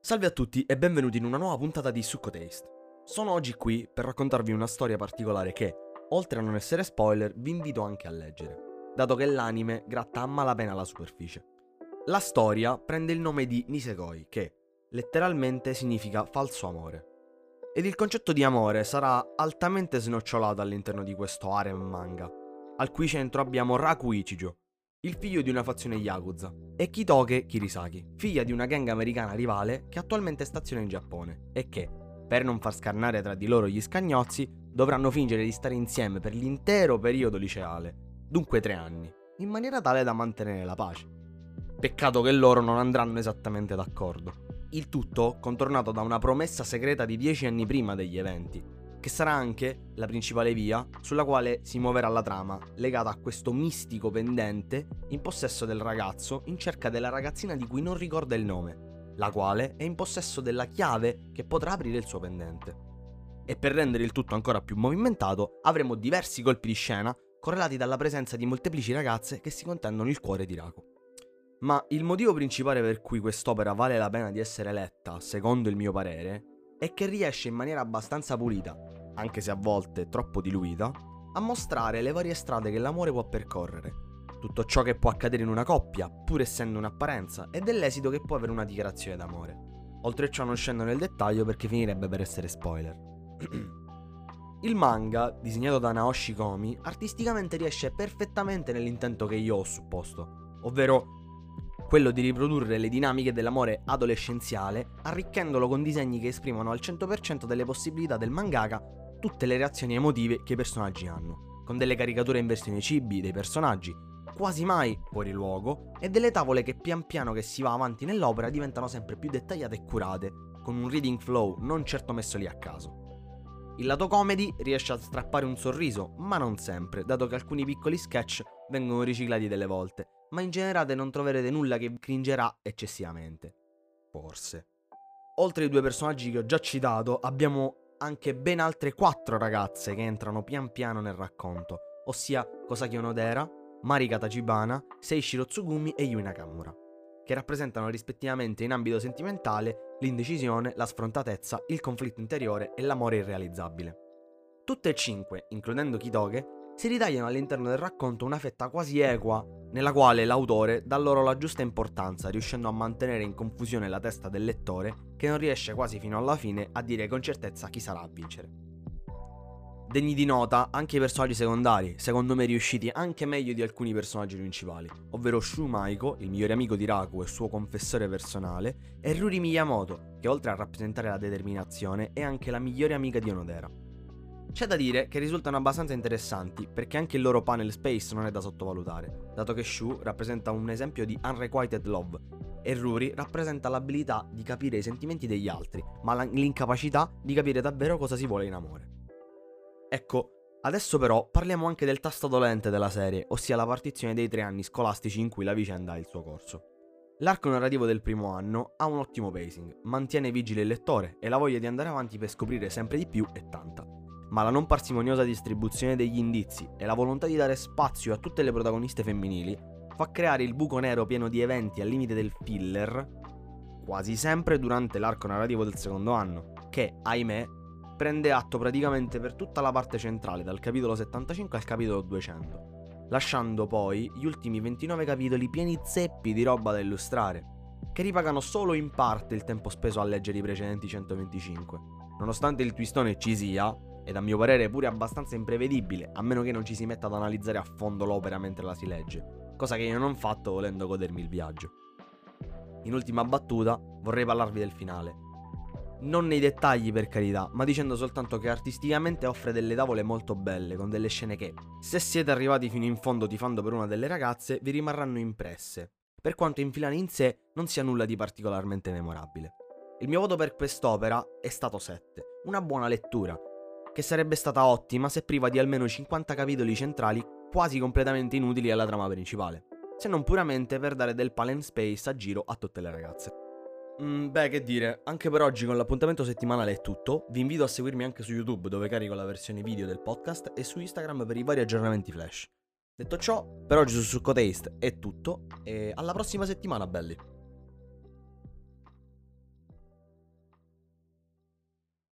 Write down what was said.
Salve a tutti e benvenuti in una nuova puntata di Succo Taste. Sono oggi qui per raccontarvi una storia particolare che, oltre a non essere spoiler, vi invito anche a leggere, dato che l'anime gratta a malapena la superficie. La storia prende il nome di Nisekoi, che letteralmente significa falso amore. Ed il concetto di amore sarà altamente snocciolato all'interno di questo harem manga, al cui centro abbiamo Raku Ichijo, il figlio di una fazione Yakuza, e Kitoke Kirisaki, figlia di una gang americana rivale che attualmente staziona in Giappone e che, per non far scarnare tra di loro gli scagnozzi, dovranno fingere di stare insieme per l'intero periodo liceale, dunque 3 anni, in maniera tale da mantenere la pace. Peccato che loro non andranno esattamente d'accordo. Il tutto contornato da una promessa segreta di 10 anni prima degli eventi, che sarà anche la principale via sulla quale si muoverà la trama, legata a questo mistico pendente in possesso del ragazzo in cerca della ragazzina di cui non ricorda il nome, la quale è in possesso della chiave che potrà aprire il suo pendente. E per rendere il tutto ancora più movimentato, avremo diversi colpi di scena correlati dalla presenza di molteplici ragazze che si contendono il cuore di Raku. Ma il motivo principale per cui quest'opera vale la pena di essere letta, secondo il mio parere, è che riesce in maniera abbastanza pulita, anche se a volte troppo diluita, a mostrare le varie strade che l'amore può percorrere, tutto ciò che può accadere in una coppia, pur essendo un'apparenza, e dell'esito che può avere una dichiarazione d'amore. Oltre a ciò non scendo nel dettaglio perché finirebbe per essere spoiler. Il manga, disegnato da Naoshi Komi, artisticamente riesce perfettamente nell'intento che io ho supposto, ovvero quello di riprodurre le dinamiche dell'amore adolescenziale, arricchendolo con disegni che esprimono al 100% delle possibilità del mangaka tutte le reazioni emotive che i personaggi hanno, con delle caricature in versione cibi dei personaggi, quasi mai fuori luogo, e delle tavole che pian piano che si va avanti nell'opera diventano sempre più dettagliate e curate, con un reading flow non certo messo lì a caso. Il lato comedy riesce a strappare un sorriso, ma non sempre, dato che alcuni piccoli sketch vengono riciclati delle volte, ma in generale non troverete nulla che cringerà eccessivamente. Forse. Oltre ai 2 personaggi che ho già citato, abbiamo anche ben altre 4 ragazze che entrano pian piano nel racconto, ossia Kosaki Onodera, Marika Tachibana, Seishiro Tsugumi e Yui Nakamura, che rappresentano rispettivamente in ambito sentimentale l'indecisione, la sfrontatezza, il conflitto interiore e l'amore irrealizzabile. Tutte e 5, includendo Kitoke, si ritagliano all'interno del racconto una fetta quasi equa, nella quale l'autore dà loro la giusta importanza, riuscendo a mantenere in confusione la testa del lettore, che non riesce quasi fino alla fine a dire con certezza chi sarà a vincere. Degni di nota anche i personaggi secondari, secondo me riusciti anche meglio di alcuni personaggi principali, ovvero Shu Maiko, il migliore amico di Raku e suo confessore personale, e Ruri Miyamoto, che oltre a rappresentare la determinazione è anche la migliore amica di Onodera. C'è da dire che risultano abbastanza interessanti perché anche il loro panel space non è da sottovalutare, dato che Shu rappresenta un esempio di unrequited love e Ruri rappresenta l'abilità di capire i sentimenti degli altri, ma l'incapacità di capire davvero cosa si vuole in amore. Ecco, adesso però parliamo anche del tasto dolente della serie, ossia la partizione dei 3 anni scolastici in cui la vicenda ha il suo corso. L'arco narrativo del primo anno ha un ottimo pacing, mantiene vigile il lettore e la voglia di andare avanti per scoprire sempre di più è tanta. Ma la non parsimoniosa distribuzione degli indizi e la volontà di dare spazio a tutte le protagoniste femminili fa creare il buco nero pieno di eventi al limite del filler quasi sempre durante l'arco narrativo del secondo anno, che, ahimè, prende atto praticamente per tutta la parte centrale dal capitolo 75 al capitolo 200, lasciando poi gli ultimi 29 capitoli pieni zeppi di roba da illustrare, che ripagano solo in parte il tempo speso a leggere i precedenti 125, nonostante il twistone ci sia, ed a mio parere pure abbastanza imprevedibile, a meno che non ci si metta ad analizzare a fondo l'opera mentre la si legge, cosa che io non ho fatto volendo godermi il viaggio. In ultima battuta vorrei parlarvi del finale, non nei dettagli per carità, ma dicendo soltanto che artisticamente offre delle tavole molto belle, con delle scene che, se siete arrivati fino in fondo tifando per una delle ragazze, vi rimarranno impresse, per quanto il finale in sé non sia nulla di particolarmente memorabile. Il mio voto per quest'opera è stato 7, una buona lettura, che sarebbe stata ottima se priva di almeno 50 capitoli centrali quasi completamente inutili alla trama principale, se non puramente per dare del panel space a giro a tutte le ragazze. Beh, che dire, anche per oggi con l'appuntamento settimanale è tutto. Vi invito a seguirmi anche su YouTube dove carico la versione video del podcast e su Instagram per i vari aggiornamenti flash. Detto ciò, per oggi su Succo Taste è tutto e alla prossima settimana, belli!